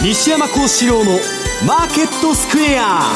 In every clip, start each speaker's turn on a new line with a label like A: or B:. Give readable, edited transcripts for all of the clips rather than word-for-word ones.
A: 西山幸四郎のマーケットスクエア。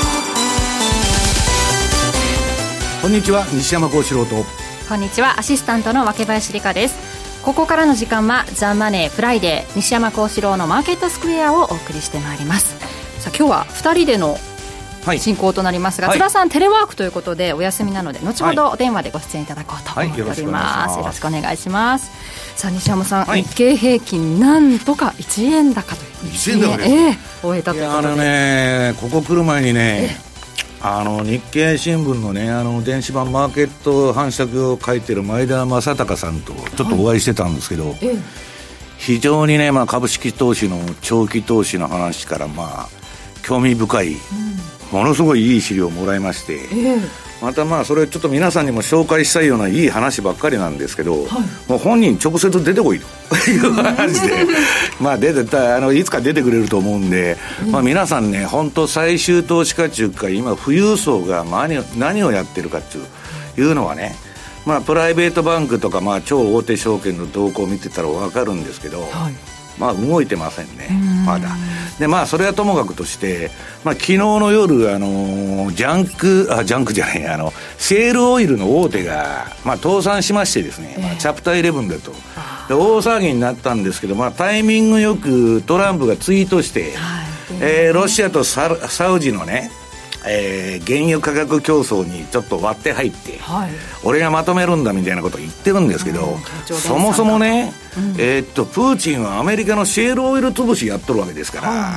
B: こんにちは、西山幸四郎と。
C: こんにちは、アシスタントの若林理香です。ここからの時間はザ・マネーフライデー、西山幸四郎のマーケットスクエアをお送りしてまいります。さあ今日は2人での進行となりますが、津田さんテレワークということでお休みなので、後ほどお電話でご出演いただこうと思っております。よろしくお願いします。さあ西山さん、日経平均なんとか1円高という
B: 1円高です、
C: 終えたということで、
B: ここ来る前にね、日経新聞のね、電子版マーケット反則を書いてる前田正孝さんとちょっとお会いしてたんですけど、非常にね、株式投資の長期投資の話から興味深い、ものすごいいい資料をもらいまして、またそれちょっと皆さんにも紹介したいようないい話ばっかりなんですけど、もう本人直接出てこいという話で出てた、いつか出てくれると思うんで、皆さんね、本当最終投資家中か今富裕層が何をやってるかっていうのはね、プライベートバンクとか超大手証券の動向を見てたら分かるんですけど、動いてませんね、まだ。でそれはともかくとして、昨日の夜ジャンクじゃないシェールオイルの大手が、倒産しましてですね、チャプター11だとで大騒ぎになったんですけど、タイミングよくトランプがツイートして、ロシアとサウジのね、原油価格競争にちょっと割って入って、俺がまとめるんだみたいなことを言ってるんですけど、そもそもね、プーチンはアメリカのシェールオイル潰しやっとるわけですから、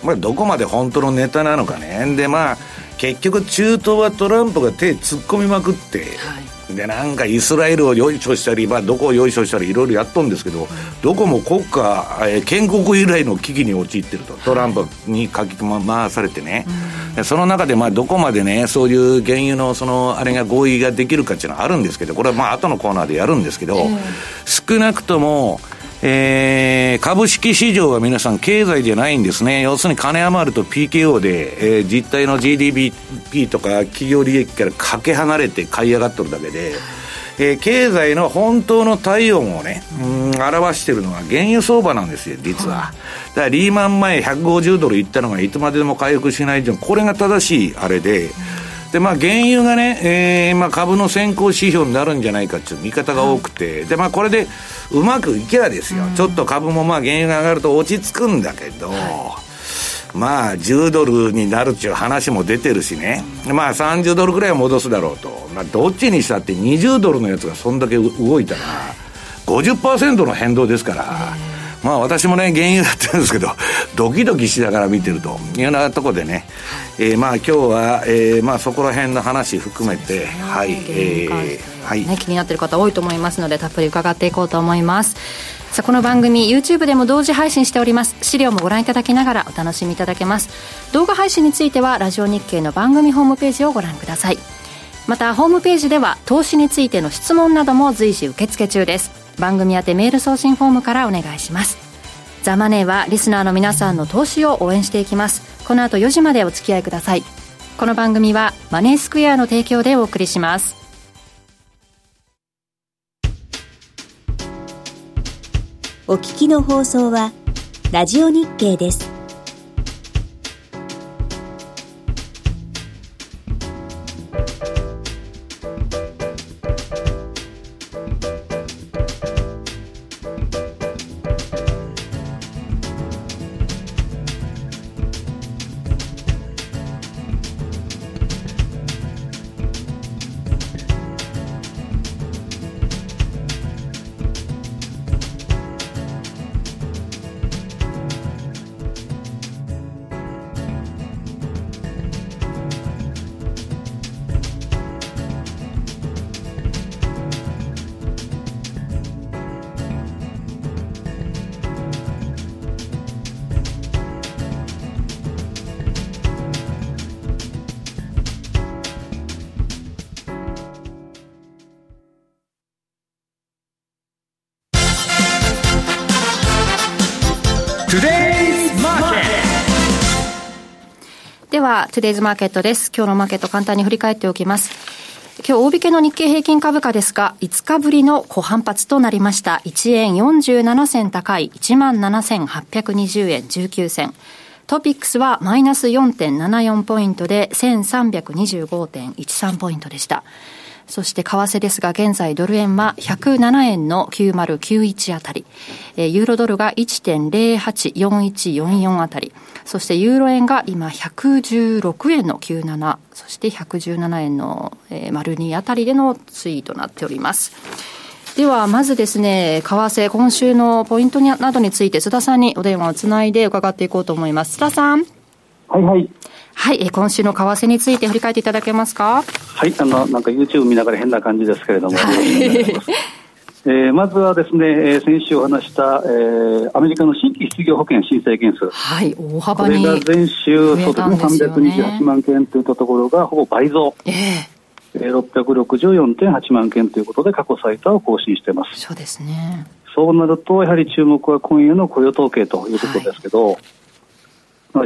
B: どこまで本当のネタなのかね。で結局中東はトランプが手突っ込みまくって、でイスラエルをよいしょしたり、どこをよいしょしたりいろいろやっとるんですけど、どこも国家、建国以来の危機に陥ってると、トランプにかき回されてね、その中でどこまでね、そういう原油のあれが合意ができるかっていうのはあるんですけど、これは後のコーナーでやるんですけど、少なくとも株式市場は皆さん経済じゃないんですね。要するに金余ると PKO で、実態の GDP とか企業利益からかけ離れて買い上がっとるだけで、経済の本当の体温をね、表してるのは原油相場なんですよ、実は。だからリーマン前150ドルいったのがいつまででも回復しないという、これが正しいあれで、原油がね、株の先行指標になるんじゃないかっていう見方が多くて、でこれでうまくいけばですよ、ちょっと株も原油が上がると落ち着くんだけど、10ドルになるっていう話も出てるしね、30ドルぐらいは戻すだろうと、どっちにしたって20ドルのやつがそんだけ動いたら 50% の変動ですから、私もね原油やってるんですけど、ドキドキしながら見てるというようなところでね、今日は、そこら辺の話含めて、
C: 気になっている方多いと思いますので、たっぷり伺っていこうと思います。さあこの番組 YouTube でも同時配信しております。資料もご覧いただきながらお楽しみいただけます。動画配信についてはラジオ日経の番組ホームページをご覧ください。またホームページでは投資についての質問なども随時受付中です。番組宛てメール送信フォームからお願いします。ザ・マネーはリスナーの皆さんの投資を応援していきます。この後4時までお付き合いください。この番組はマネースクエアの提供でお送りします。
D: お聞きの放送はラジオ日経です。
C: ではトゥデイズマーケットです。今日のマーケット簡単に振り返っておきます。 今日大引けの日経平均株価ですが、5日ぶりの小反発となりました。1円47銭高い 17,820 円19銭。トピックスはマイナス 4.74 ポイントで 1325.13 ポイントでした。そして為替ですが、現在ドル円は107円の9091あたり、ユーロドルが 1.084144 あたり、そしてユーロ円が今116円の97、そして117円の02あたりでの推移となっております。ではまずですね、為替今週のポイントなどについて須田さんにお電話をつないで伺っていこうと思います。須田さん。
E: はいはい。
C: はい、今週の為替について振り返っていただけますか。
E: はい、なんか YouTube 見ながら変な感じですけれども、まずはですね、先週お話した、アメリカの新規失業保険申請件数、
C: はい、大幅に
E: これが前週そうですね、328万件といったところがほぼ倍増、664.8 万件ということで過去最多を更新しています。
C: そうですね。
E: そうなるとやはり注目は今夜の雇用統計ということですけど、はい、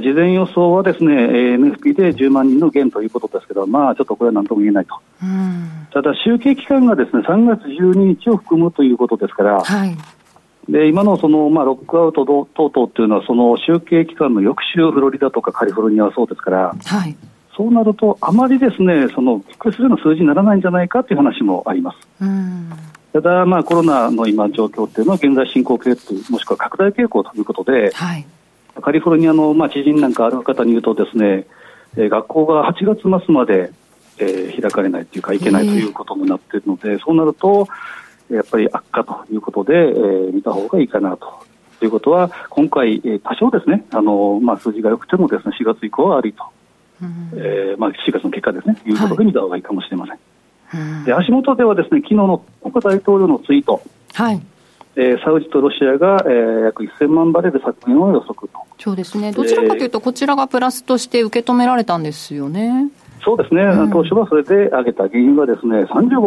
E: 事前予想はですね、NFP で10万人の減ということですけど、ちょっとこれは何とも言えないと。ただ集計期間がですね、3月12日を含むということですから、はい、で今のその、ロックアウト等々というのはその集計期間の翌週フロリダとかカリフォルニアはそうですから、はい、そうなるとあまりですね、そのびっくりするような数字にならないんじゃないかという話もあります。ただコロナの今状況というのは現在進行形というもしくは拡大傾向ということで、はい、カリフォルニアの知人なんかある方に言うとですね、学校が8月末まで、開かれないというかいけないということになっているので、そうなるとやっぱり悪化ということで、見た方がいいかなということは今回、多少ですね数字が良くてもですね4月以降は悪いと、4月の結果ですねいうことで見た方がいいかもしれません。で足元ではですね昨日の国家大統領のツイート、はい、サウジとロシアが、約1000万バレル削減を予測と。
C: そうですね、どちらかというとこちらがプラスとして受け止められたんですよね。
E: そうですね、当初はそれで上げた原油がですね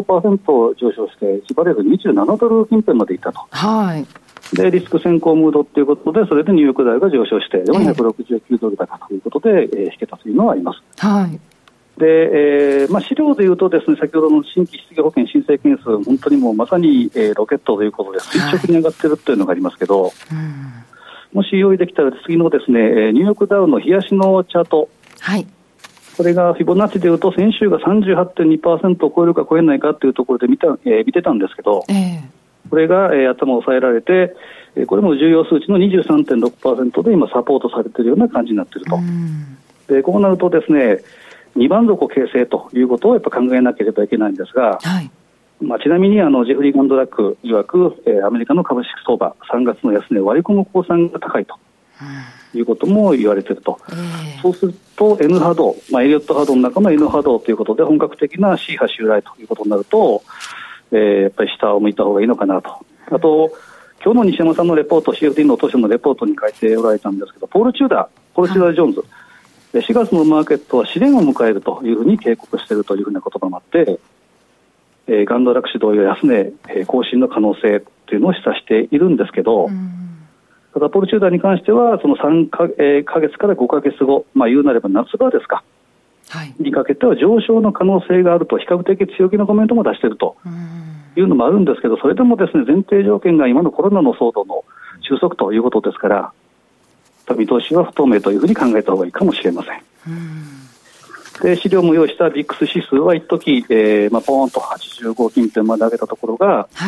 E: 35% 上昇して1バレル27ドル近辺までいったと、はい、でリスク先行ムードということでそれでニューヨークダウが上昇して469ドル高ということで、引けたというのはあります。はい、で資料でいうとですね、先ほどの新規失業保険申請件数本当にもうまさに、ロケットということで垂直に上がっているというのがありますけど、もし用意できたら次のですねニューヨークダウの冷やしのチャート、はい、これがフィボナッチでいうと先週が 38.2% を超えるか超えないかというところで見てたんですけど、これが、頭を抑えられて、これも重要数値の 23.6% で今サポートされているような感じになっていると。でこうなるとですね2番底形成ということをやっぱ考えなければいけないんですが、はい、ちなみにジェフリー・ガンドラック曰く、アメリカの株式相場3月の安値割り込む公算が高いということも言われていると、そうすると N 波動、エリオット波動の中の N 波動ということで本格的な C 波襲来ということになると、やっぱり下を向いた方がいいのかなと。あと今日の西山さんのレポート CFD の当初のレポートに書いておられたんですけど、ポール・チューダー・ジョーンズ、4月のマーケットは試練を迎えるというふうに警告しているというふうな言葉もあって、ガンドラック氏同様安値更新の可能性というのを示唆しているんですけど、ただポール・チューダーに関してはその3ヶ月から5ヶ月後、言うなれば夏場ですか、はい、にかけては上昇の可能性があると比較的強気のコメントも出しているというのもあるんですけど、それでもですね前提条件が今のコロナの騒動の収束ということですから、見通しは不透明というふうに考えた方がいいかもしれません。で資料も用意したビックス指数は一時、ポーンと85近辺まで上げたところが、はい、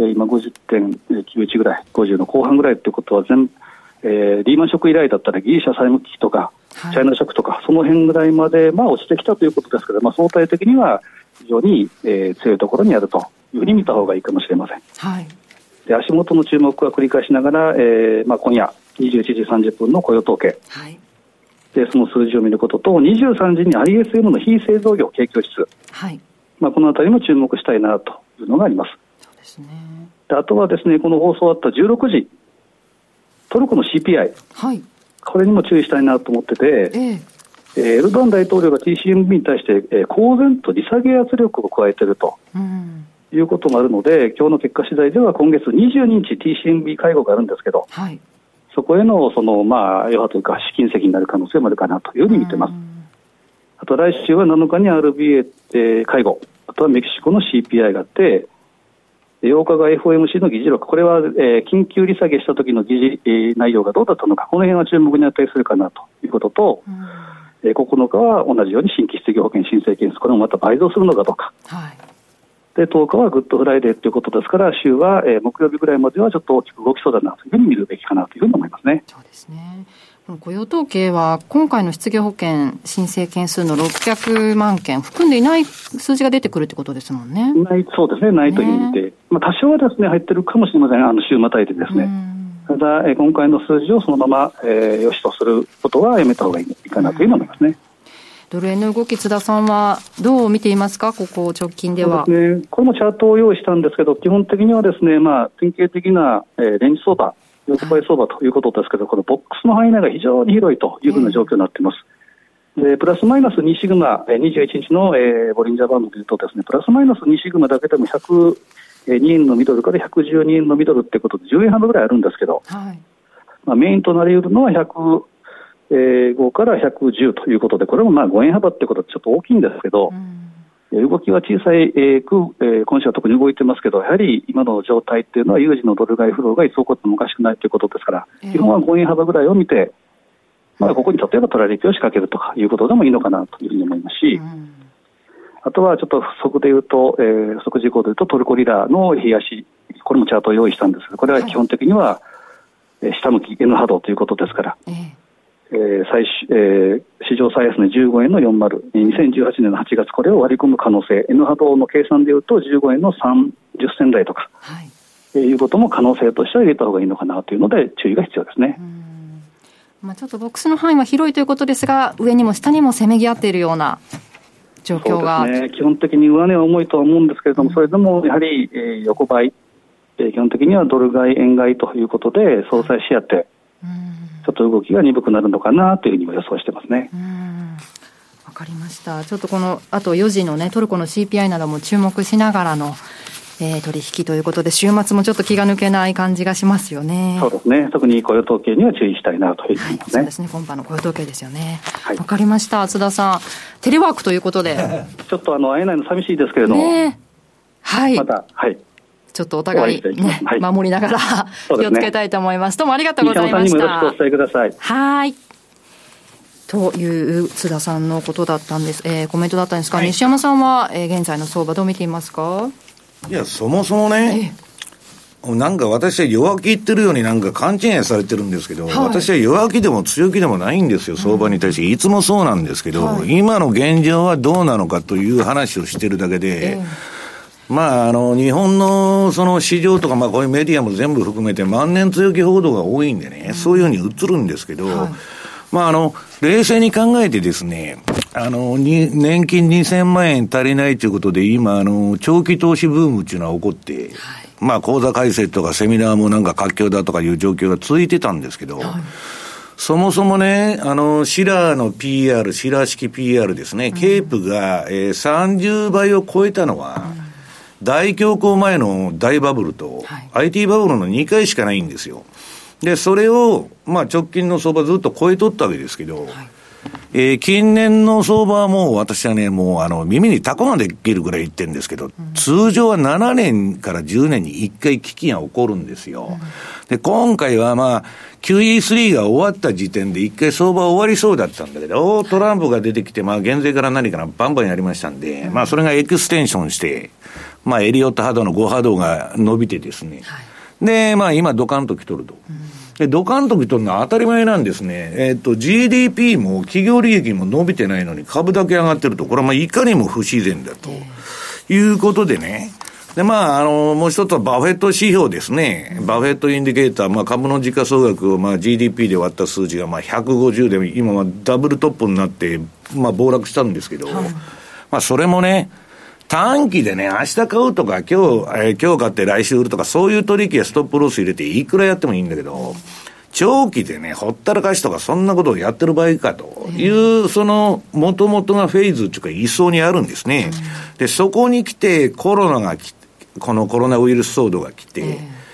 E: 今 50.91 ぐらい50の後半ぐらいということはリーマンショック以来だったらギリシャ債務危機とか、はい、チャイナショックとかその辺ぐらいまで、落ちてきたということですけど、相対的には非常に、強いところにあるというふうに見た方がいいかもしれません。はい、で足元の注目は繰り返しながら、今夜21時30分の雇用統計、はい、でその数字を見ることと23時に ISM の非製造業景況指数、はい、このあたりも注目したいなというのがあります。そうですね。であとはですねこの放送あった16時トルコの CPI、はい、これにも注意したいなと思ってて、エルドアン大統領が TCMB に対して、公然と利下げ圧力を加えていると、いうこともあるので今日の結果次第では今月22日 TCMB 会合があるんですけど、はい、そこへの余波というか試金石になる可能性もあるかなというふうに見てます。あと来週は7日に RBA 会合、 あとはメキシコの CPI があって、8日が FOMC の議事録、これは、緊急利下げした時の議事、内容がどうだったのか、この辺は注目に値するかなということと、9日は同じように新規失業保険申請件数、これもまた倍増するのかどうか、はい、で10日はグッドフライデーということですから、週は、木曜日ぐらいまではちょっと大きく動きそうだなというふうに見るべきかなというふうに思いますね。
C: そうですね。この雇用統計は今回の失業保険申請件数の600万件含んでいない数字が出てくるってことですもんね。
E: そうですね、ないという意味で、多少はですね入ってるかもしれません、週またいでですね。ただ、今回の数字をそのまま、良しとすることはやめた方がいいかなというふうに思いますね。
C: ドル円の動き、津田さんはどう見ていますか、ここ直近では。
E: そうですね、これもチャートを用意したんですけど、基本的にはですね、典型的な、レンジ相場、横ばい相場ということですけど、このボックスの範囲内が非常に広いというふうな状況になっています。でプラスマイナス2シグマ、21日の、ボリンジャーバンドでいうとですね、プラスマイナス2シグマだけでも102円のミドルから112円のミドルということで10円幅ぐらいあるんですけど、はい、メインとなり得るのは105から110ということで、これも5円幅ということでちょっと大きいんですけど、動きは小さい、今週は特に動いてますけど、やはり今の状態っていうのは有事のドル買いフローがいつ起こってもおかしくないということですから、基本は5円幅ぐらいを見て、ここに例えばトラリピを仕掛けるとかいうことでもいいのかなというふうに思いますし、あとはちょっと不足でいうと、不足事項でいうとトルコリラの冷やし、これもチャートを用意したんですが、これは基本的には、下向き N 波動ということですから、史上最安値15円の40、2018年の8月、これを割り込む可能性、N 波動の計算でいうと15円の30銭台とか、いうことも可能性としては入れた方がいいのかなというので注意が必要ですね。
C: ちょっとボックスの範囲は広いということですが、上にも下にもせめぎ合っているような状況が。
E: そうですね、基本的に上値は重いとは思うんですけれども、それでもやはり、横ばい、基本的にはドル買い円買いということで相殺し合って、ちょっと動きが鈍くなるのかなというふうにも予想してますね。
C: わかりました。ちょっとこのあと4時のね、トルコの CPI なども注目しながらの、取引ということで、週末もちょっと気が抜けない感じがしますよね。
E: そうですね、特に雇用統計には注意したいなというふうに思いますね。
C: そうですね、今般の雇用統計ですよね。わかりました。津田さん、テレワークということで
E: ちょっと会えないの寂しいですけれども、
C: はい、
E: また、
C: ちょっとお互い、守りながら気をつけたいと思います。どうもありがとうございました。
E: 西山さんにもよろしくお伝えください。
C: はい。という津田さんのことだったんです、コメントだったんですが、西山さんは、現在の相場どう見ていますか？
B: いや、そもそもね、なんか私は弱気言ってるようになんか勘違いされてるんですけど、私は弱気でも強気でもないんですよ、相場に対して。いつもそうなんですけど、今の現状はどうなのかという話をしてるだけで、日本のその市場とか、こういうメディアも全部含めて万年強気報道が多いんでね、そういうふうに映るんですけど、冷静に考えてですね、年金2000万円足りないということで、今、長期投資ブームっていうのは起こって、口座開設とかセミナーもなんか活況だとかいう状況が続いてたんですけど、そもそもね、シラーの PR、シラー式 PR ですね、ケープが、30倍を超えたのは、大恐慌前の大バブルと、IT バブルの2回しかないんですよ。で、それを、直近の相場ずっと超えとったわけですけど、近年の相場はもう私はね、もう耳にタコができるぐらい言ってるんですけど、通常は7年から10年に1回危機が起こるんですよ。で、今回はQE3 が終わった時点で1回相場終わりそうだったんだけど、トランプが出てきて、減税から何からバンバンやりましたんで、それがエクステンションして、エリオット波動の5波動が伸びてですね、で、今ドカンと来とると。で、ドカンと来とるのは当たり前なんですね。GDP も企業利益も伸びてないのに株だけ上がってると、これはいかにも不自然だということでね。で、もう一つはバフェット指標ですね。バフェットインディケーター、株の時価総額をGDP で割った数字が150で、今はダブルトップになって、暴落したんですけど、それもね、短期でね、明日買うとか、今日買って来週売るとか、そういう取引やストップロス入れていくらやってもいいんだけど、長期でね、ほったらかしとか、そんなことをやってる場合かという、その、元々がフェーズというか、位相にあるんですね。で、そこに来て、このコロナウイルス騒動が来て、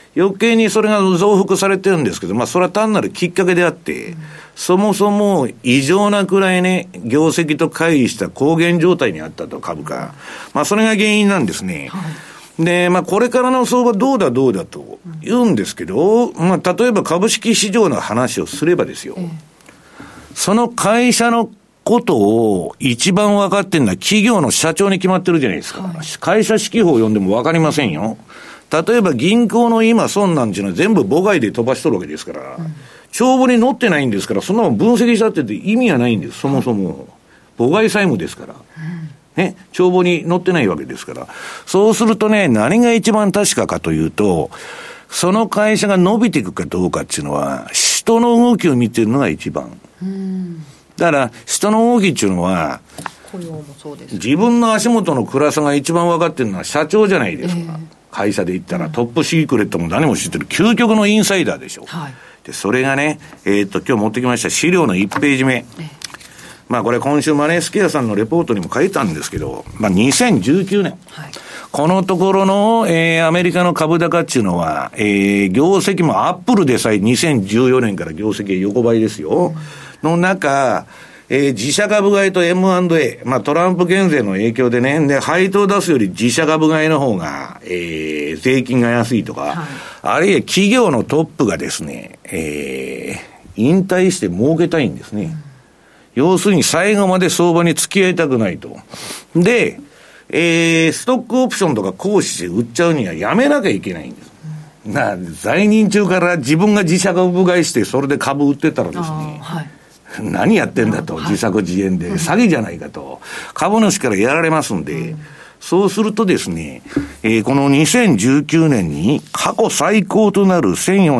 B: 余計にそれが増幅されてるんですけど、まあそれは単なるきっかけであって、そもそも異常なくらいね、業績と乖離した高原状態にあったと、株価。まあそれが原因なんですね。で、まあこれからの相場どうだと言うんですけど、まあ例えば株式市場の話をすればですよ。その会社のことを一番分かってるのは企業の社長に決まってるじゃないですか。会社指揮法を読んでも分かりませんよ。例えば銀行の今損なんていうのは全部母外で飛ばしとるわけですから、帳簿に載ってないんですから、そんなの分析したって意味がないんです、そもそも。母外債務ですから。ね、帳簿に載ってないわけですから。そうするとね、何が一番確かかというと、その会社が伸びていくかどうかっていうのは、人の動きを見てるのが一番。だから、人の動きっていうのは、
C: 雇用もそうです、
B: 自分の足元の暗さが一番分かってるのは社長じゃないですか。会社で言ったら、トップシークレットも何も知ってる究極のインサイダーでしょ。で、それがね、今日持ってきました資料の1ページ目。まあこれ今週マネースケアさんのレポートにも書いたんですけど、まあ2019年。このところの、アメリカの株高っていうのは、業績もアップルでさえ2014年から業績横ばいですよ。の中、自社株買いと M&A、まあトランプ減税の影響でね、で、配当出すより自社株買いの方が、税金が安いとか、あるいは企業のトップがですね、引退して儲けたいんですね。要するに最後まで相場に付き合いたくないと。で、ストックオプションとか行使して売っちゃうにはやめなきゃいけないんです。在任中から自分が自社株買いしてそれで株売ってたらですね、何やってんだと、自作自演で詐欺じゃないかと、株主からやられますんで、そうするとですね、この2019年に過去最高となる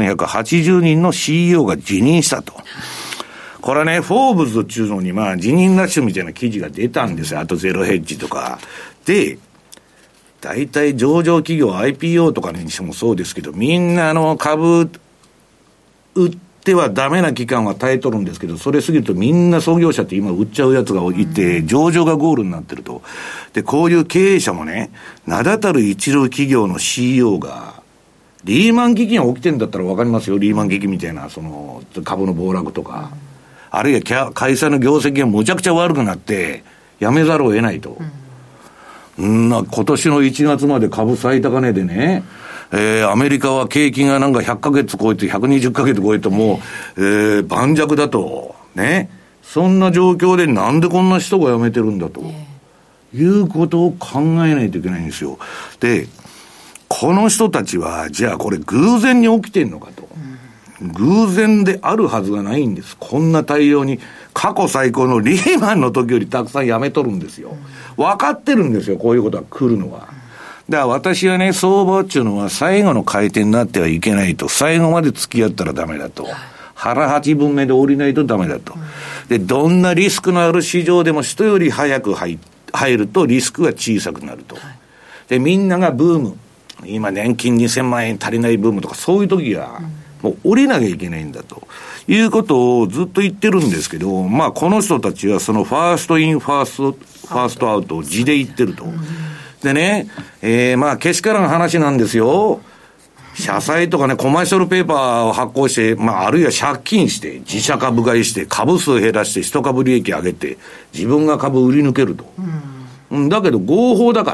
B: 1480人の CEO が辞任したと。これはね、フォーブズっていうのにまあ辞任ラッシュみたいな記事が出たんですよ。あとゼロヘッジとか。で、大体上場企業 IPO とかにしてもそうですけど、みんな株売ってはダメな期間は耐えとるんですけど、それ過ぎるとみんな創業者って今売っちゃうやつがいて、上場がゴールになってると。で、こういう経営者もね、名だたる一流企業の CEO が、リーマン危機が起きてるんだったらわかりますよ。リーマン危機みたいな、株の暴落とか。あるいは会社の業績がむちゃくちゃ悪くなって、やめざるを得ないと。今年の1月まで株最高値でね、アメリカは景気がなんか100ヶ月超えて120ヶ月超えてもう、盤石だと。ね。そんな状況でなんでこんな人が辞めてるんだと。いうことを考えないといけないんですよ。で、この人たちは、じゃあこれ偶然に起きてんのかと。偶然であるはずがないんです。こんな大量に、過去最高のリーマンの時よりたくさん辞めとるんですよ。分かってるんですよ、こういうことが来るのは。だから私はね、相場っていうのは最後の回転になってはいけないと。最後まで付き合ったらダメだと。腹8分目で降りないとダメだと。で、どんなリスクのある市場でも人より早く入るとリスクが小さくなると。で、みんながブーム。今年金2000万円足りないブームとかそういう時は、もう降りなきゃいけないんだということをずっと言ってるんですけど、まあこの人たちはそのファーストインファーストアウトを地で言ってると。でね、まあけしからん話なんですよ。社債とかね、コマーシャルペーパーを発行して、まああるいは借金して、自社株買いして、株数減らして、一株利益上げて、自分が株売り抜けると。だけど合法だから。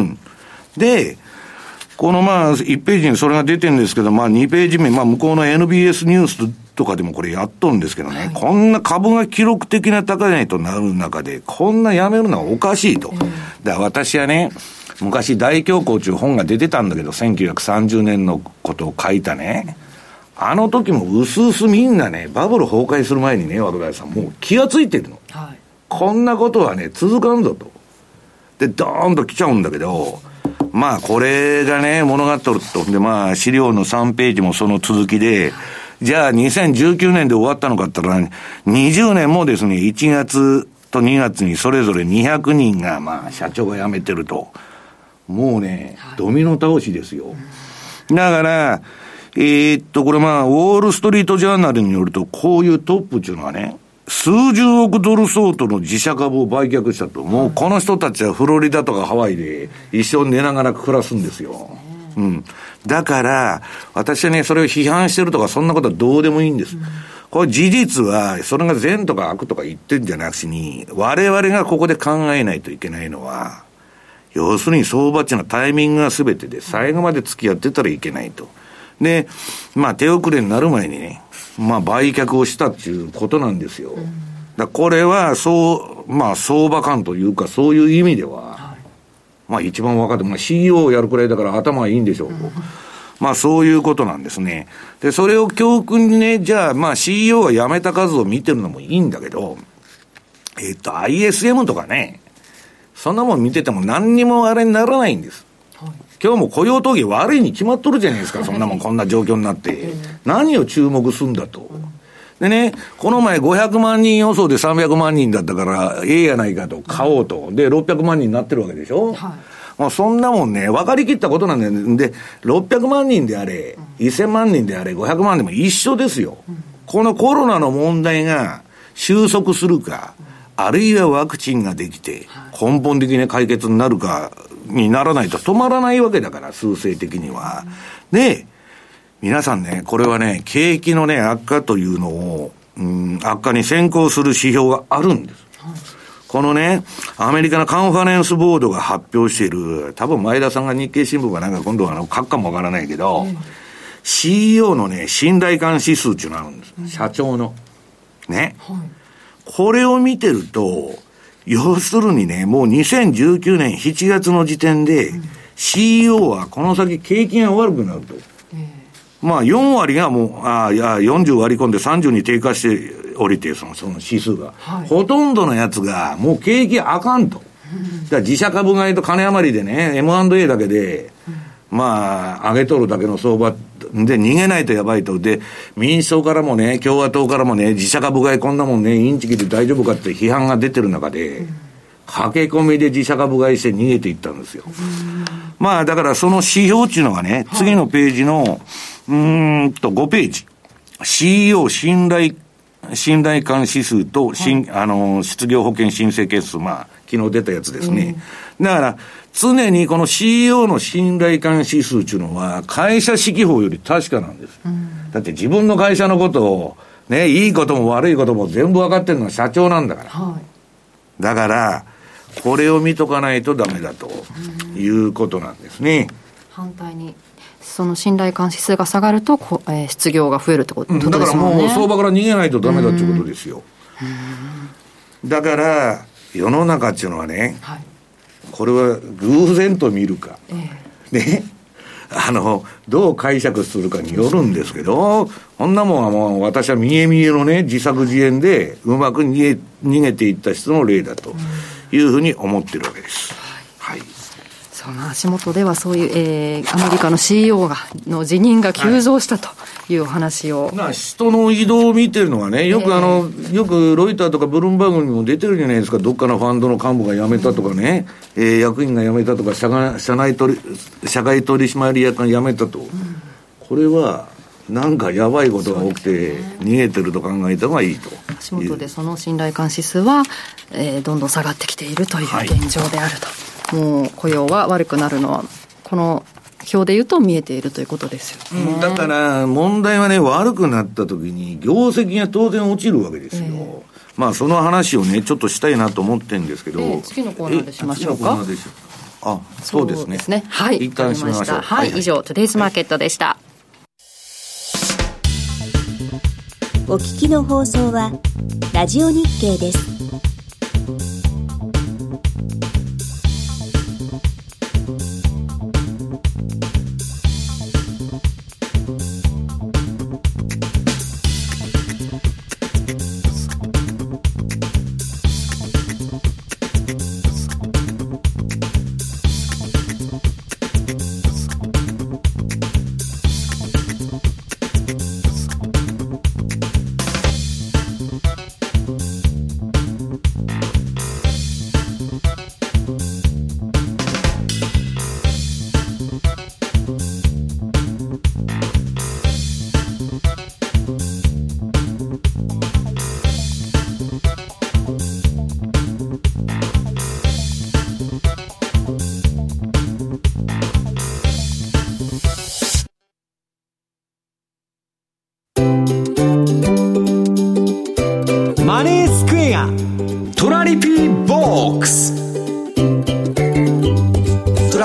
B: で、このまあ1ページにそれが出てるんですけど、まあ2ページ目、まあ向こうの NBS ニュースとかでもこれやっとるんですけどね、こんな株が記録的な高値となる中で、こんなやめるのはおかしいと。だから私はね、昔大恐慌という本が出てたんだけど、1930年のことを書いたね。あの時もうすうすみんなね、バブル崩壊する前にね、若林さん、もう気がついてるの。こんなことはね、続かんぞと。で、ドーンと来ちゃうんだけど、まあこれがね、物語ると。で、まあ資料の3ページもその続きで、じゃあ2019年で終わったのかって言ったら、20年もですね、1月と2月にそれぞれ200人が、まあ社長が辞めてると。もうね、ドミノ倒しですよ。だから、これまあ、ウォールストリートジャーナルによると、こういうトップっていうのはね、数十億ドル相当の自社株を売却したと。もうこの人たちはフロリダとかハワイで一生寝ながら暮らすんですよ。 だから私はね、それを批判してるとかそんなことはどうでもいいんです。これ事実はそれが善とか悪とか言ってんじゃなくしに、我々がここで考えないといけないのは、要するに相場っていうのはタイミングが全てで、最後まで付き合ってたらいけないと。で、手遅れになる前にね、売却をしたっていうことなんですよ。これは相場感というか、そういう意味では、一番分かって、CEO をやるくらいだから頭はいいんでしょう。そういうことなんですね。で、それを教訓にね、じゃあCEO が辞めた数を見てるのもいいんだけど、ISM とかね、そんなもん見てても何にもあれにならないんです。今日も雇用統計悪いに決まっとるじゃないですか、そんなもんこんな状況になって。何を注目するんだと。でね、この前500万人予想で300万人だったから、やないかと、買おうと。で、600万人になってるわけでしょ。そんなもんね、分かりきったことなんだよね。で、600万人であれ、1000万人であれ、500万でも一緒ですよ。このコロナの問題が収束するか、あるいはワクチンができて、根本的に解決になるか、にならないと止まらないわけだから、数勢的には。で、皆さんね、これはね、景気のね、悪化というのを、悪化に先行する指標があるんです。このね、アメリカのカンファレンスボードが発表している、多分前田さんが日経新聞かなんか今度は書くかもわからないけど、CEO のね、信頼感指数っていうのがあるんです。社長の。ね。これを見てると、要するにね、もう2019年7月の時点で、CEO はこの先景気が悪くなると。4割がもう、40割り込んで30に低下しておりて、その指数が。ほとんどのやつが、もう景気あかんと。だから自社株買いと金余りでね、M&A だけで、上げとるだけの相場で逃げないとやばいと。で、民主党からもね、共和党からもね、自社株買いこんなもんね、インチキで大丈夫かって批判が出てる中で、駆け込みで自社株買いして逃げていったんですよ。だからその指標っていうのがね、次のページの、5ページ。CEO 信頼感指数と、失業保険申請件数、昨日出たやつですね。だから、常にこの CEO の信頼感指数っていうのは、会社指揮法より確かなんです。だって自分の会社のことを、ね、いいことも悪いことも全部分かってるのは社長なんだから。だから、これを見とかないとダメだということなんですね。
C: 反対に。その信頼感指数が下がると、失業が増えるってことですもんね。
B: だからもう相場から逃げないとダメだってことですよ。だから世の中っていうのはね、これは偶然と見るか、ね、どう解釈するかによるんですけど、こんなもんはもう私は見え見えのね、自作自演でうまく逃げていった人の例だというふうに思ってるわけです。
C: その足元ではそういう、アメリカの CEO の辞任が急増したというお話を、
B: 人の移動を見てるのはね、よくロイターとかブルームバーグにも出てるじゃないですか。どっかのファンドの幹部が辞めたとかね、役員が辞めたとか、社外取締役が辞めたと、これはなんかやばいことが起きて逃げてると考えた方がいいと。
C: 足元でその信頼感指数は、どんどん下がってきているという現状であると。もう雇用は悪くなるのはこの表で言うと見えているということですよね。
B: だから問題はね、悪くなった時に業績が当然落ちるわけですよ。その話をねちょっとしたいなと思ってるんですけど、
C: 次のコーナーでしましょうか。
B: そうですね。一旦しましょう。
C: 以上トゥデイズマーケットでした。
D: お聞きの放送はラジオ日経です。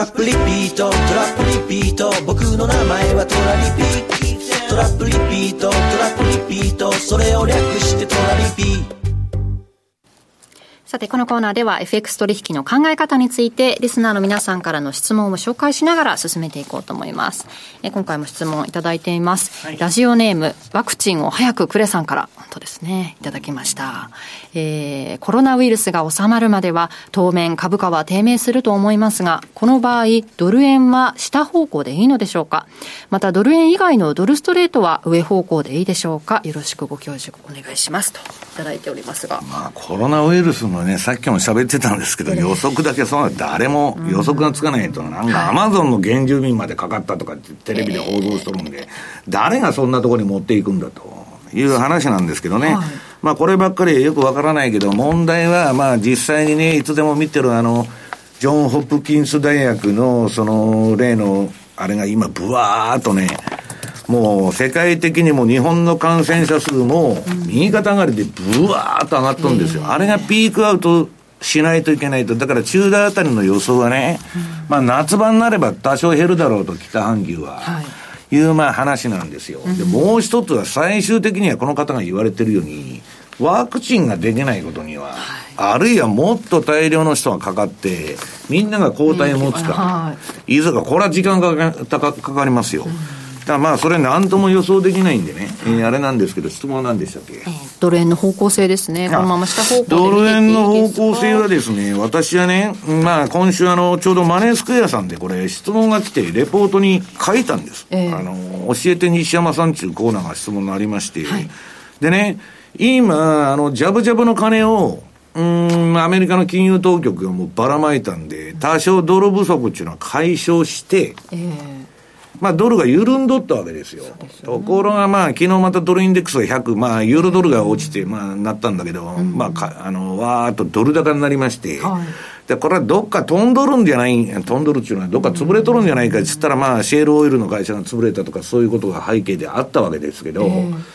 F: ラップリピートトラップリピート、僕の名前はトラリピ、トラップリピートトラップリピート、それを略してトラリピ。
C: さてこのコーナーでは FX 取引の考え方についてリスナーの皆さんからの質問を紹介しながら進めていこうと思います。今回も質問いただいています、ラジオネームワクチンを早くくれさんから本当ですねいただきました。コロナウイルスが収まるまでは当面株価は低迷すると思いますが、この場合ドル円は下方向でいいのでしょうか。またドル円以外のドルストレートは上方向でいいでしょうか。よろしくご教授お願いしますといただいておりますが、
B: コロナウイルスのね、さっきも喋ってたんですけど、予測だけそうな誰も予測がつかないと、なんかアマゾンの原住民までかかったとかってテレビで報道しとるんで、誰がそんなところに持っていくんだという話なんですけどね、こればっかりよくわからないけど、問題は実際にね、いつでも見てるジョン・ホプキンス大学のその例のあれが今ブワーっとね、もう世界的にも日本の感染者数も右肩上がりでブワーっと上がっとるんですよ。あれがピークアウトしないといけないと。だから中大あたりの予想はね、夏場になれば多少減るだろうと、北半球は、いう話なんですよ。でもう一つは最終的にはこの方が言われてるように、ワクチンができないことには、あるいはもっと大量の人がかかってみんなが抗体を持つか、いずれかこれは時間がかかりますよ。だからそれ何とも予想できないんでね、あれなんですけど、質問は何でしたっけ。
C: ドル円の方向性ですね。このまま下方向で
B: ドル円の方向性はですね、私はね、今週ちょうどマネースクエアさんでこれ質問が来てレポートに書いたんです、教えて西山さんっていうコーナーが質問がありまして、でね、今ジャブジャブの金をアメリカの金融当局がもうばらまいたんで、多少ドル不足っていうのは解消して、ドルが緩んどったわけですよ。ところが昨日またドルインデックスが100、ユーロドルが落ちて、なったんだけど、わーっとドル高になりまして、で、これはどっか飛んどるんじゃない、飛んどるっていうのはどっか潰れとるんじゃないかって言ったら、シェールオイルの会社が潰れたとかそういうことが背景であったわけですけど、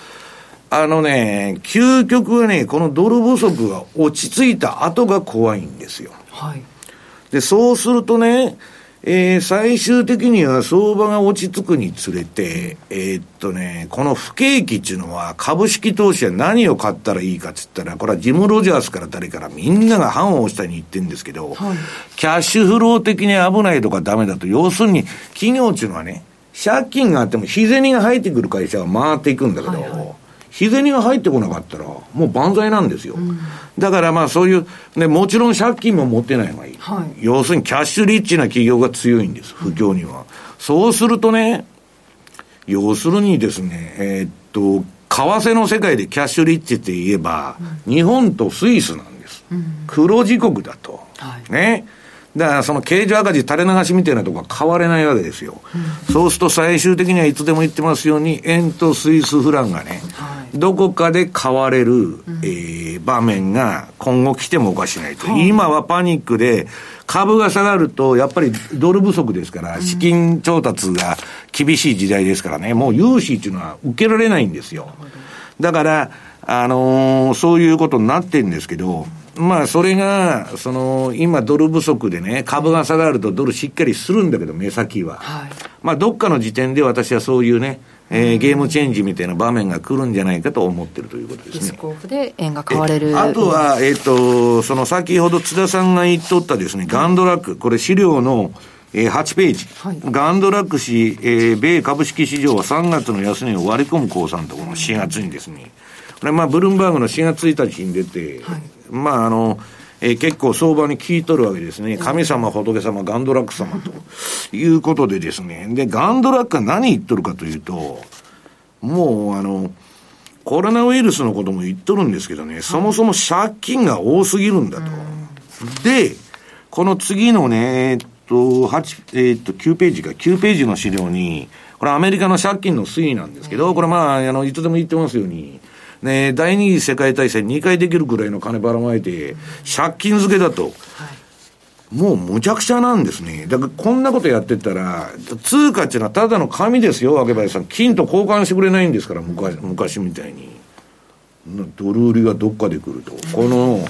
B: 究極はね、このドル不足が落ち着いた後が怖いんですよ。で、そうするとね、最終的には相場が落ち着くにつれて、この不景気っていうのは株式投資は何を買ったらいいかって言ったら、これはジム・ロジャースから誰からみんなが判を押したに言ってるんですけど、キャッシュフロー的に危ないとかダメだと、要するに企業っていうのはね、借金があっても日銭が入ってくる会社は回っていくんだけど、日銭が入ってこなかったらもう万歳なんですよ、だからそういう、ね、もちろん借金も持ってないのがいい、要するにキャッシュリッチな企業が強いんです、不況には。そうするとね、要するにですね、為替の世界でキャッシュリッチって言えば、日本とスイスなんです、黒字国だと、ね。だからその経常赤字垂れ流しみたいなところは変われないわけですよ、そうすると最終的にはいつでも言ってますように、円とスイスフランがね、どこかで買われる、場面が今後来てもおかしくないと、今はパニックで株が下がるとやっぱりドル不足ですから、資金調達が厳しい時代ですからね、もう融資っていうのは受けられないんですよ。だからそういうことになってるんですけど、それが今ドル不足でね、株が下がるとドルしっかりするんだけど、目先は、どっかの時点で私はそういうね、ゲームチェンジみたいな場面が来るんじゃないかと思ってるということですね。
C: リスクオフで円が買われる。
B: あとはその先ほど津田さんが言っとったですね、ガンドラック、これ資料の8ページ、ガンドラック氏、米株式市場は3月の安値を割り込む公算と、この4月にですね、これブルームバーグの4月1日に出て、結構相場に効いとるわけですね。神様、仏様、ガンドラック様ということでですね。で、ガンドラックは何言っとるかというと、もうコロナウイルスのことも言っとるんですけどね、そもそも借金が多すぎるんだと。で、この次のね、9ページか、9ページの資料に、これアメリカの借金の推移なんですけど、これいつでも言ってますように、ね、第二次世界大戦2回できるぐらいの金ばらまいて、借金漬けだと、もうむちゃくちゃなんですね。だからこんなことやってたら、通貨っていうのはただの紙ですよ、秋林さん。金と交換してくれないんですから、昔みたいに。ドル売りがどっかで来ると。この、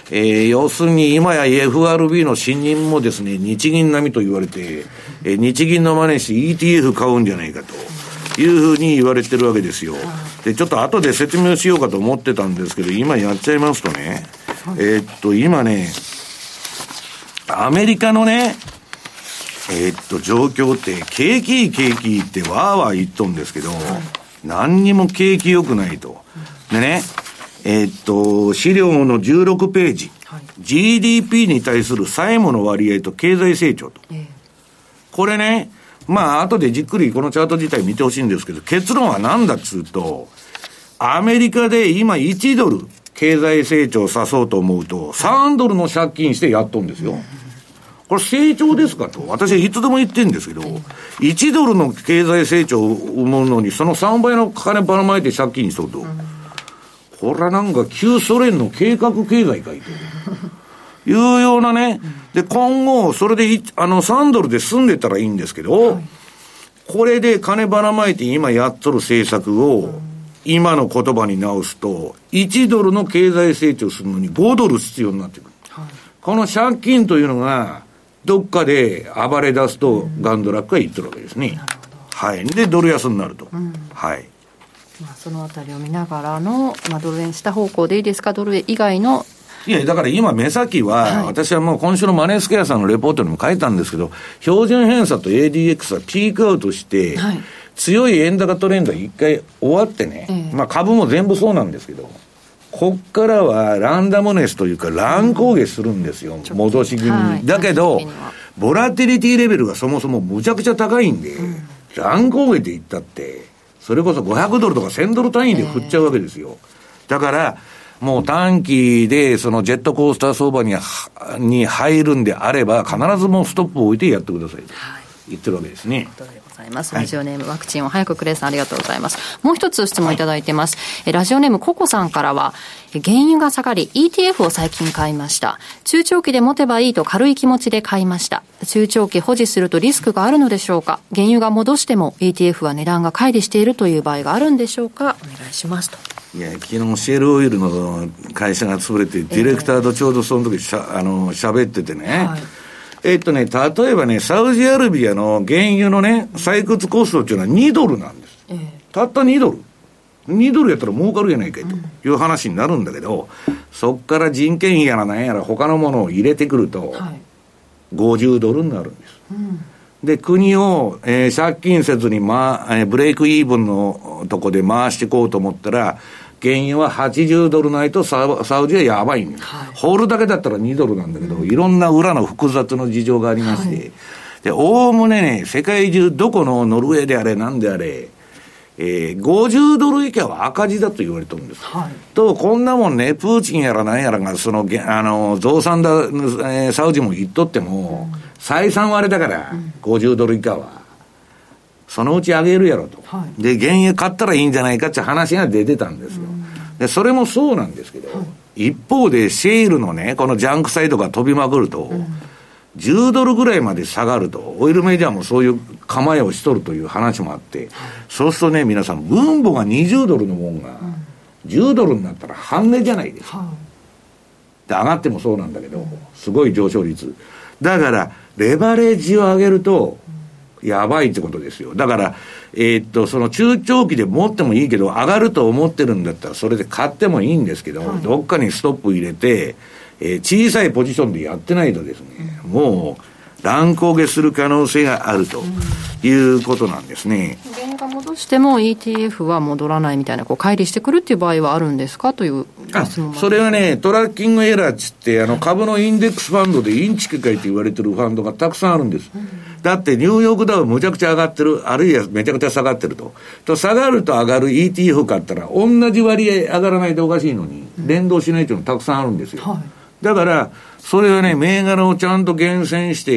B: 要するに今や FRB の信任もですね、日銀並みと言われて、日銀の真似して ETF 買うんじゃないかというふうに言われてるわけですよ。で、ちょっと後で説明しようかと思ってたんですけど、今やっちゃいますとね、今ね、アメリカのね、状況って、景気ってわーわー言っとんですけど、何にも景気良くないと。でね、資料の16ページ、GDP に対する債務の割合と経済成長と。これね、まあ、後でじっくりこのチャート自体見てほしいんですけど、結論は何だっつうと、アメリカで今1ドル経済成長さそうと思うと、3ドルの借金してやっとんですよ。これ成長ですかと。私はいつでも言ってるんですけど、1ドルの経済成長を生むのに、その3倍の金ばらまいて借金しとると。これはなんか旧ソ連の計画経済かいというようなね。で、今後、それで3ドルで済んでたらいいんですけど、これで金ばらまいて今やっとる政策を、今の言葉に直すと、1ドルの経済成長するのに5ドル必要になってくる。この借金というのが、どっかで暴れ出すと、ガンドラックが言ってるわけですね。はい。で、ドル安になると。はい。
C: そのあたりを見ながらの、ドル円した方向でいいですか、ドル円以外の。
B: いや、だから今目先は、私はもう今週のマネースクエアさんのレポートにも書いたんですけど、標準偏差と ADX はピークアウトして、強い円高トレンドは一回終わってね、株も全部そうなんですけど、こっからはランダムネスというか乱高下するんですよ、戻し気味に。だけど、ボラティリティレベルがそもそもむちゃくちゃ高いんで、乱高下でいったって、それこそ500ドルとか1000ドル単位で振っちゃうわけですよ。だから、もう短期でそのジェットコースター相場に入るんであれば、必ずもうストップを置いてやってくださいと言ってるわけですね。
C: ラジオネームワクチンを早くくれさん、ありがとうございます。もう一つ質問いただいてます。ラジオネームココさんからは、原油が下がり ETF を最近買いました。中長期で持てばいいと軽い気持ちで買いました。中長期保持するとリスクがあるのでしょうか。原油が戻しても ETF は値段が乖離しているという場合があるんでしょうか。お願いしますと。
B: いや、昨日シェールオイルの会社が潰れて、ディレクターとちょうどその時喋っててね、例えばね、サウジアラビアの原油のね、採掘コストっていうのは2ドルなんです。たった2ドル。2ドルやったら儲かるやないかいという話になるんだけど、そっから人件費やらなんやら他のものを入れてくると、50ドルになるんです。で、国を、借金せずに、ブレイクイーブンのとこで回していこうと思ったら、原油は80ドルないとサウジはやばいんです。ホールだけだったら2ドルなんだけど、いろんな裏の複雑な事情がありまして、で、おおむねね、世界中どこのノルウェーであれなんであれ、50ドル以下は赤字だと言われてるんです。と、こんなもんね、プーチンやらなんやらが、増産だ、サウジも言っとっても、採算割れだから、50ドル以下は。そのうち上げるやろと。で、原油買ったらいいんじゃないかって話が出てたんですよ。で、それもそうなんですけど、一方でシェールのね、このジャンクサイトが飛びまくると、10ドルぐらいまで下がると、オイルメジャーもそういう構えをしとるという話もあって、そうするとね、皆さん、分母が20ドルのもんが、10ドルになったら半値じゃないですか。で、上がってもそうなんだけど、すごい上昇率。だから、レバレッジを上げると、やばいってことですよ。だから、その中長期で持ってもいいけど、上がると思ってるんだったら、それで買ってもいいんですけど、どっかにストップ入れて、小さいポジションでやってないとですね、もう、乱高下する可能性があるということなんですね。
C: 原油が戻しても ETF は戻らないみたいな、乖離してくるっていう場合はあるんですかという質問。
B: それはね、トラッキングエラーっつって、株のインデックスファンドでインチキ会って言われてるファンドがたくさんあるんです。だってニューヨークダウむちゃくちゃ上がってる、あるいはめちゃくちゃ下がってると。下がると上がる ETF 買ったら、同じ割合上がらないとおかしいのに、連動しないっていうのたくさんあるんですよ。だから、それはね、銘柄をちゃんと厳選して、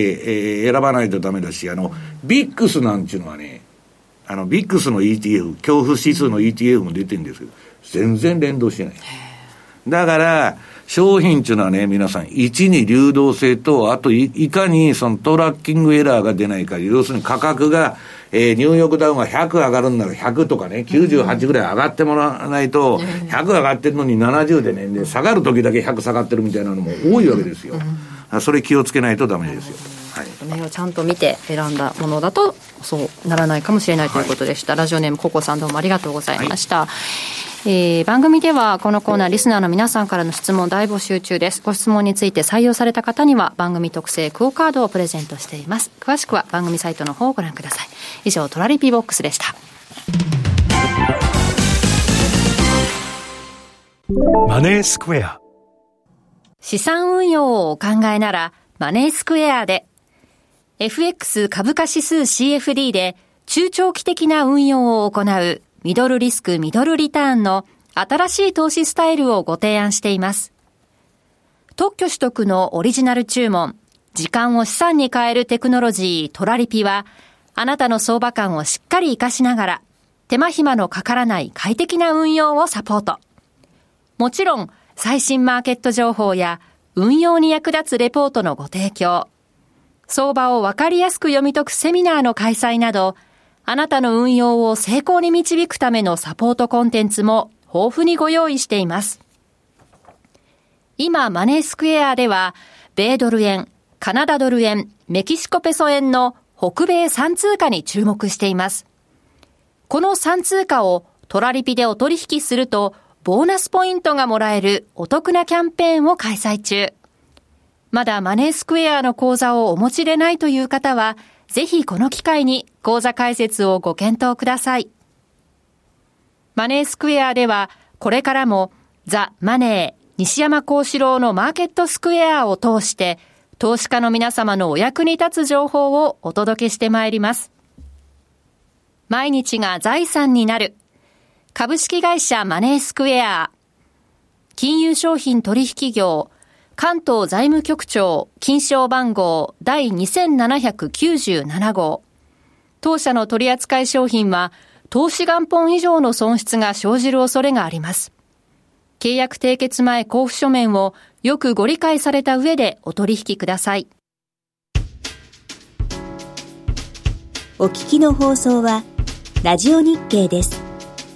B: 選ばないとダメだし、ビックスなんていうのはね、ビックスの ETF、恐怖指数の ETF も出てるんですけど、全然連動してない。だから、 商品っていうのはね、皆さん、1に流動性と、あといかにそのトラッキングエラーが出ないか、要するに価格が、ニューヨークダウンが100上がるんなら100とかね、98ぐらい上がってもらわないと、100上がってるのに70でね、で下がる時だけ100下がってるみたいなのも多いわけですよ。それ気をつけないとダメですよ。はい、
C: ちゃんと見て選んだものだとそうならないかもしれないということでした。ラジオネームココさん、どうもありがとうございました。番組ではこのコーナーリスナーの皆さんからの質問大募集中です。ご質問について採用された方には番組特製クオカードをプレゼントしています。詳しくは番組サイトの方をご覧ください。以上、トラリピボックスでした。
A: マネースクエア。
C: 資産運用をお考えならマネースクエアで。 FX 株価指数 CFD で中長期的な運用を行うミドルリスクミドルリターンの新しい投資スタイルをご提案しています。特許取得のオリジナル注文、時間を資産に変えるテクノロジートラリピは、あなたの相場感をしっかり活かしながら、手間暇のかからない快適な運用をサポート。もちろん、最新マーケット情報や運用に役立つレポートのご提供、相場をわかりやすく読み解くセミナーの開催など、あなたの運用を成功に導くためのサポートコンテンツも豊富にご用意しています。今、マネースクエアでは、米ドル円、カナダドル円、メキシコペソ円の北米3通貨に注目しています。この3通貨をトラリピでお取引すると、ボーナスポイントがもらえるお得なキャンペーンを開催中。まだマネースクエアの口座をお持ちでないという方は、ぜひこの機会に口座開設をご検討ください。マネースクエアでは、これからもザ・マネー、西山幸四郎のマーケットスクエアを通して、投資家の皆様のお役に立つ情報をお届けしてまいります。毎日が財産になる。株式会社マネースクエア。金融商品取引業、関東財務局長金賞番号第2797号。当社の取扱い商品は投資元本以上の損失が生じる恐れがあります。契約締結前交付書面をよくご理解された上でお取引ください。
D: お聞きの放送はラジオ日経です。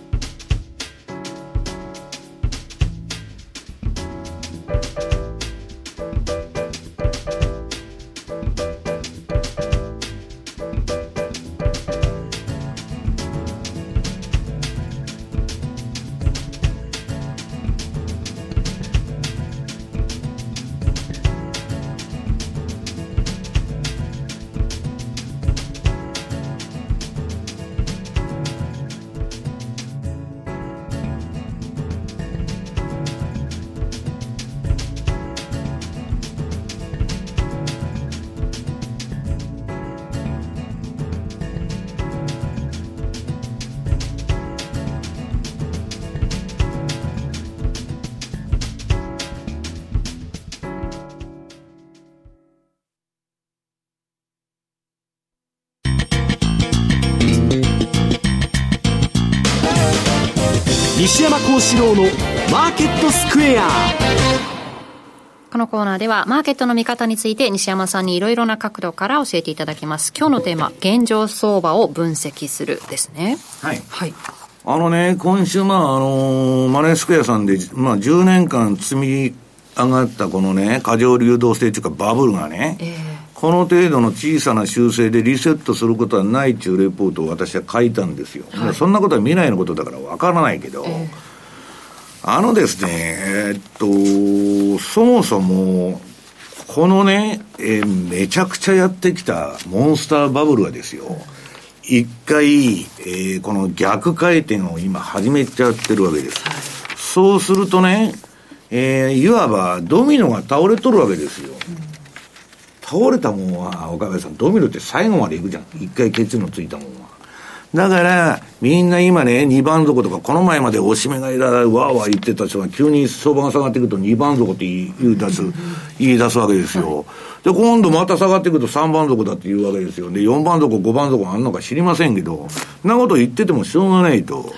A: 西山幸四郎のマーケットスクエア。
C: このコーナーではマーケットの見方について西山さんにいろいろな角度から教えていただきます。今日のテーマ、現状相場を分析するですね。
B: はい、
C: はい、
B: 今週マネースクエアさんで、10年間積み上がったこのね、過剰流動性というかバブルがね、この程度の小さな修正でリセットすることはないというレポートを私は書いたんですよ。はい、そんなことは未来のことだからわからないけど、ですね、そもそも、このね、めちゃくちゃやってきたモンスターバブルはですよ、一回、この逆回転を今始めちゃってるわけです。そうするとね、いわばドミノが倒れとるわけですよ。倒れたもんは、岡部さん、ドミノって最後までいくじゃん。一回ケツのついたもんは。だから、みんな今ね、2番底とか、この前までおしめ買いだ、わーわー言ってた人が、急に相場が下がってくると2番底って言い出すわけですよ。で、今度また下がってくると3番底だって言うわけですよ。で、4番底、5番底あんのか知りませんけど、そんなこと言っててもしょうがないと。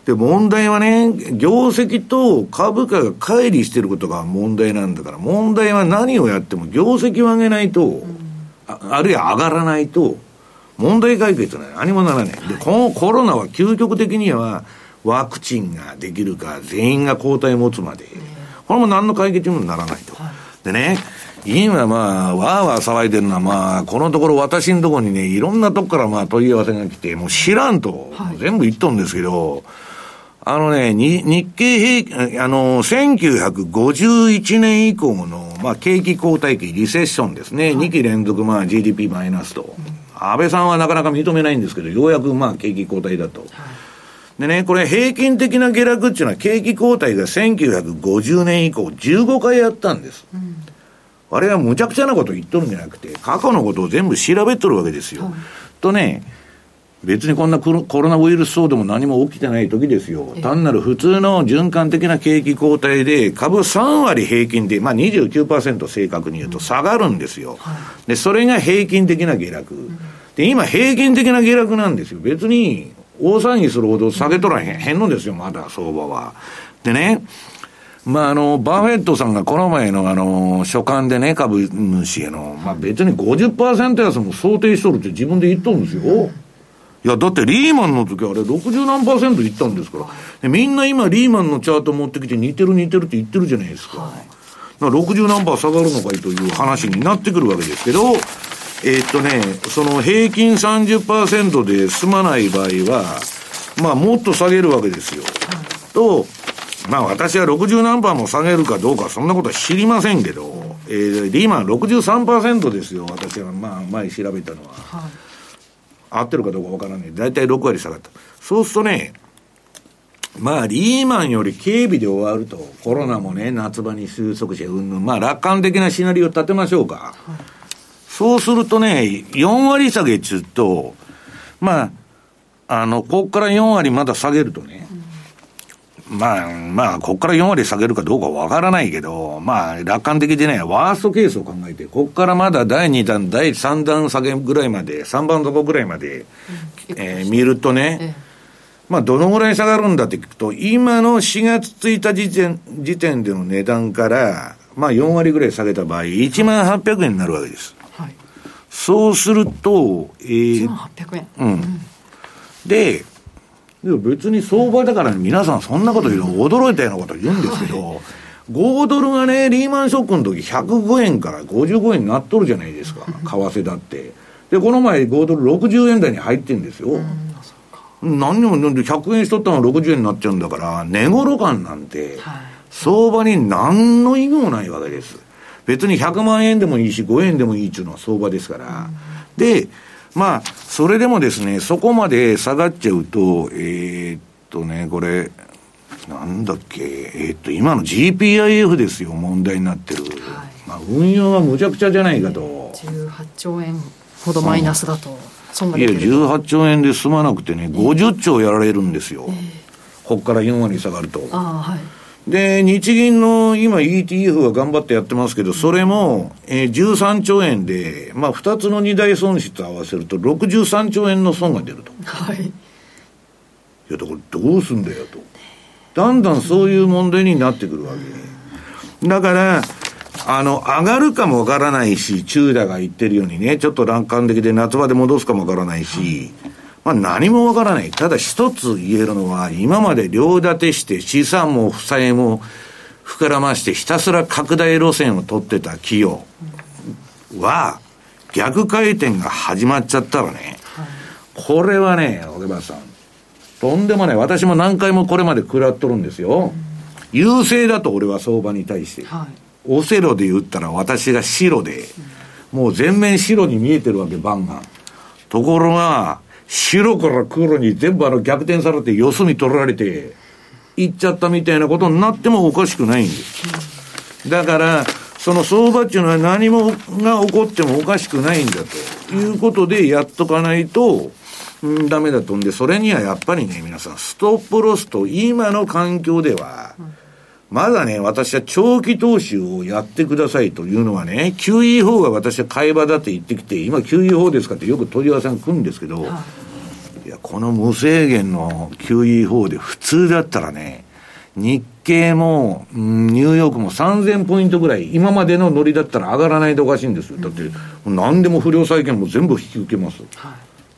B: で、問題はね、業績と株価が乖離してることが問題なんだから、問題は何をやっても業績を上げないと、あるいは上がらないと、問題解決は何もならない。で、このコロナは究極的には、ワクチンができるか、全員が抗体を持つまで、これも何の解決にもならないと。でね、今わーわー騒いでるのはこのところ私のところにね、いろんなとこから問い合わせが来て、もう知らんと、全部言っとんですけど、日経平均、1951年以降の、景気後退期、リセッションですね。2期連続GDP マイナスと。安倍さんはなかなか認めないんですけど、ようやく景気後退だと。でね、これ平均的な下落っていうのは景気後退が1950年以降15回やったんです。あれは無茶苦茶なこと言っとるんじゃなくて、過去のことを全部調べとるわけですよ。とね、別にこんなコロナウイルス騒動も何も起きてない時ですよ。単なる普通の循環的な景気後退で、株3割平均で、29% 正確に言うと下がるんですよ。で、それが平均的な下落。で、今平均的な下落なんですよ。別に大騒ぎするほど下げとらへんのですよ、まだ相場は。でね、バフェットさんがこの前の書簡でね、株主への、別に 50% 安も想定しとるって自分で言っとるんですよ。いや、だってリーマンの時あれ60何%いったんですから。でみんな今リーマンのチャート持ってきて似てるって言ってるじゃないですか。だから60何%下がるのかいという話になってくるわけですけど、その平均 30% で済まない場合は、もっと下げるわけですよ。と、私は60何%も下げるかどうかそんなことは知りませんけど、リーマン 63% ですよ。私は前調べたのは。合ってるかどうかわからない。だいたい6割下がった。そうするとね、リーマンより軽微で終わると、コロナもね、夏場に収束して楽観的なシナリオを立てましょうか。そうするとね、4割下げっちゅうと、こっから4割まだ下げるとね、こっから4割下げるかどうかわからないけど、楽観的でね、ワーストケースを考えて、こっからまだ第2弾、第3弾下げぐらいまで、3番底ぐらいまで、見るとね、どのぐらい下がるんだって聞くと、今の4月1日時点での値段から、4割ぐらい下げた場合、1800円になるわけです。そうすると、
C: 1800円。
B: で、別に相場だから皆さんそんなこと言うの驚いたようなこと言うんですけど、5ドルがね、リーマンショックの時105円から55円になっとるじゃないですか、為替だって。で、この前5ドル60円台に入ってるんですよ。何にも100円しとったのが60円になっちゃうんだから、値頃感なんて、相場に何の意味もないわけです。別に100万円でもいいし、5円でもいいっていうのは相場ですから。で、それでもですね、そこまで下がっちゃうと、これ、なんだっけ、今の GPIF ですよ、問題になってる。運用はむちゃくちゃじゃないかと。
C: 18兆円ほどマイナスだと。
B: いや、18兆円で済まなくてね、50兆やられるんですよ。こっから4割下がると。で、日銀の今 ETF は頑張ってやってますけど、それも、13兆円で、2つの2大損失合わせると63兆円の損が出ると。いや、だからどうすんだよと。だんだんそういう問題になってくるわけ。だから、上がるかもわからないし、中田が言ってるようにね、ちょっと楽観的で夏場で戻すかもわからないし、何もわからない。ただ一つ言えるのは、今まで両立てして資産も負債も膨らましてひたすら拡大路線を取ってた企業は、逆回転が始まっちゃったらね、これはね、小手さん、とんでもない。私も何回もこれまで食らっとるんですよ。優勢だと俺は相場に対して。オセロで言ったら私が白で、もう全面白に見えてるわけ、番が。ところが、白から黒に全部逆転されて四隅取られていっちゃったみたいなことになってもおかしくないんです。だからその相場っていうのは何もが起こってもおかしくないんだということでやっとかないとダメだとんで、それにはやっぱりね、皆さんストップロスと今の環境ではまだね、私は長期投資をやってくださいというのはね、QE4 が私は買い場だって言ってきて、今 QE4 ですかってよく問い合わせが来るんですけど、いやこの無制限の QE4 で普通だったらね、日経も、ニューヨークも3000ポイントぐらい今までのノリだったら上がらないとおかしいんですよ。だって何でも不良債権も全部引き受けます、はい、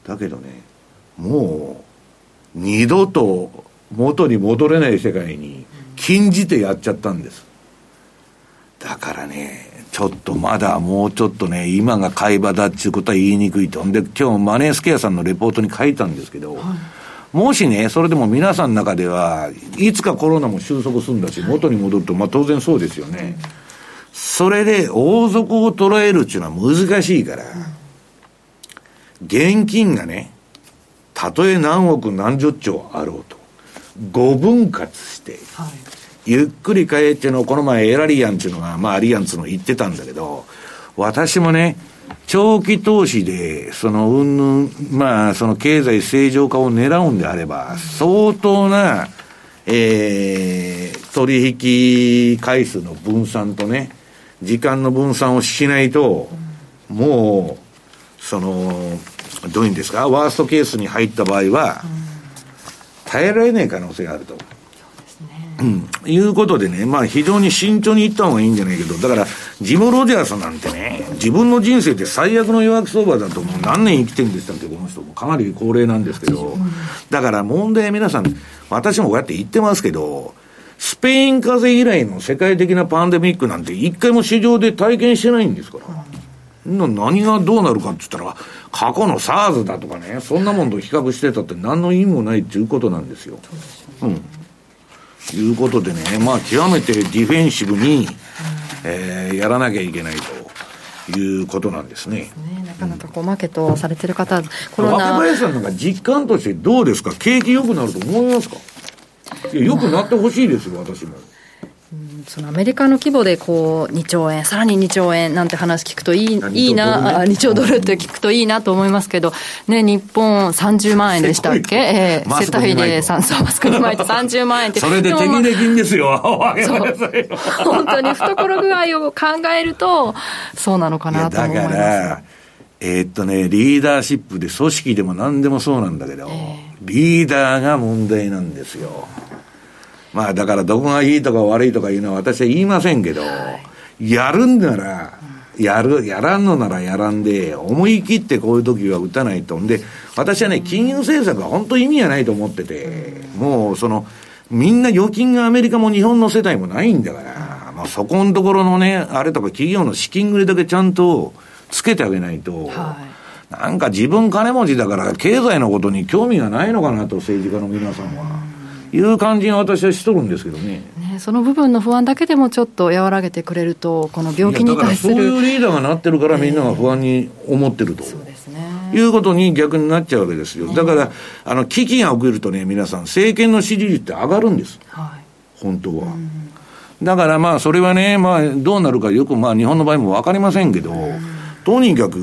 B: だけどね、もう二度と元に戻れない世界に禁じてやっちゃったんです。だからね、ちょっとまだもうちょっとね、今が買い場だっていうことは言いにくいと。で、今日マネースケアさんのレポートに書いたんですけど、はい、もしね、それでも皆さんの中ではいつかコロナも収束するんだし、元に戻ると、まあ当然そうですよね。それで王族を捉えるっていうのは難しいから、現金がね、たとえ何億何十兆あろうと5分割して、はい、ゆっくり買えっていうのをこの前エラリアンっていうのが、まあアリアンっていうのを言ってたんだけど、私もね、長期投資でそのまあその経済正常化を狙うんであれば、相当な、取引回数の分散とね、時間の分散をしないと、もうそのどういうんですか、ワーストケースに入った場合は耐えられない可能性があると、いうことでね、まあ非常に慎重にいった方がいいんじゃないけど、だからジム・ロジャースなんてね、自分の人生って最悪の弱気相場だともう何年生きてるんでしたっけ、この人もかなり高齢なんですけど、だから問題は皆さん、私もこうやって言ってますけど、スペイン風邪以来の世界的なパンデミックなんて一回も市場で体験してないんですから、何がどうなるかって言ったら過去の SARS だとかね、そんなもんと比較してたって何の意味もないっていうことなんですよ。いうことでね、まあ極めてディフェンシブに、やらなきゃいけないということなんですね。
C: なかなかこうマーケットをされてる方、コロナ。
B: 若林さんなんか実感としてどうですか？景気良くなると思いますか？いや、良くなってほしいですよ、私も。
C: そのアメリカの規模でこう2兆円さらに2兆円なんて話聞くといいな、2兆ドルって聞くといいなと思いますけどね、日本30万円でしたっけ、世帯でマスクに巻いて30万円って
B: それで手切れ金ですよ。
C: 本当に懐具合を考えるとそうなのかなと思います。だから
B: リーダーシップで組織でも何でもそうなんだけど、リーダーが問題なんですよ。まあだからどこがいいとか悪いとかいうのは私は言いませんけど、やるんならやらんのならやらんで、思い切ってこういう時は打たないと。んで、私はね、金融政策は本当意味がないと思ってて、もうみんな預金がアメリカも日本の世帯もないんだから、まあそこのところのね、あれとか企業の資金繰りだけちゃんとつけてあげないと、なんか自分金持ちだから経済のことに興味がないのかなと、政治家の皆さんは。いう感じが私はしとるんですけどね。
C: その部分の不安だけでもちょっと和らげてくれると、この病気に対する。
B: だからそういうリーダーがなってるからみんなが不安に思ってると、そうですね、いうことに逆になっちゃうわけですよ。だから危機が起きるとね、皆さん政権の支持率って上がるんです、本当は。だからまあそれはね、まあどうなるかよくまあ日本の場合も分かりませんけど、とにかく、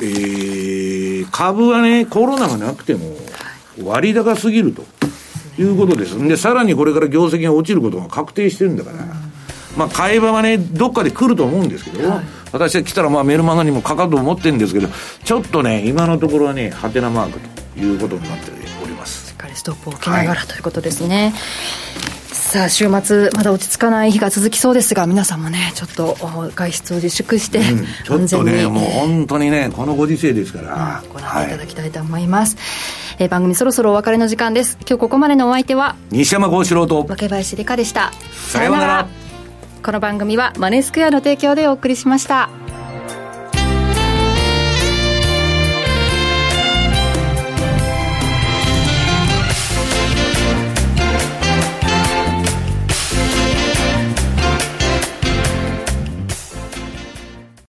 B: 株はね、コロナがなくても割高すぎるということです。で、さらにこれから業績が落ちることが確定してるんだから、まあ買い場はね、どっかで来ると思うんですけど、私は来たらまあメルマガにも書かうと思ってるんですけど、ちょっとね、今のところはね、ハテナマークということになっております。
C: しっかりストップを置きながら、ということですね。さあ、週末まだ落ち着かない日が続きそうですが、皆さんもね、ちょっと外出を自粛して、
B: ちょっとね、もう本当にね、このご時世ですから、
C: ご覧いただきたいと思います。番組そろそろお別れの時間です。今日ここまでのお相手は
B: 西山幸四郎と
C: 若林理香でした。
B: さようなら。
C: この番組はマネースクエアの提供でお送りしました。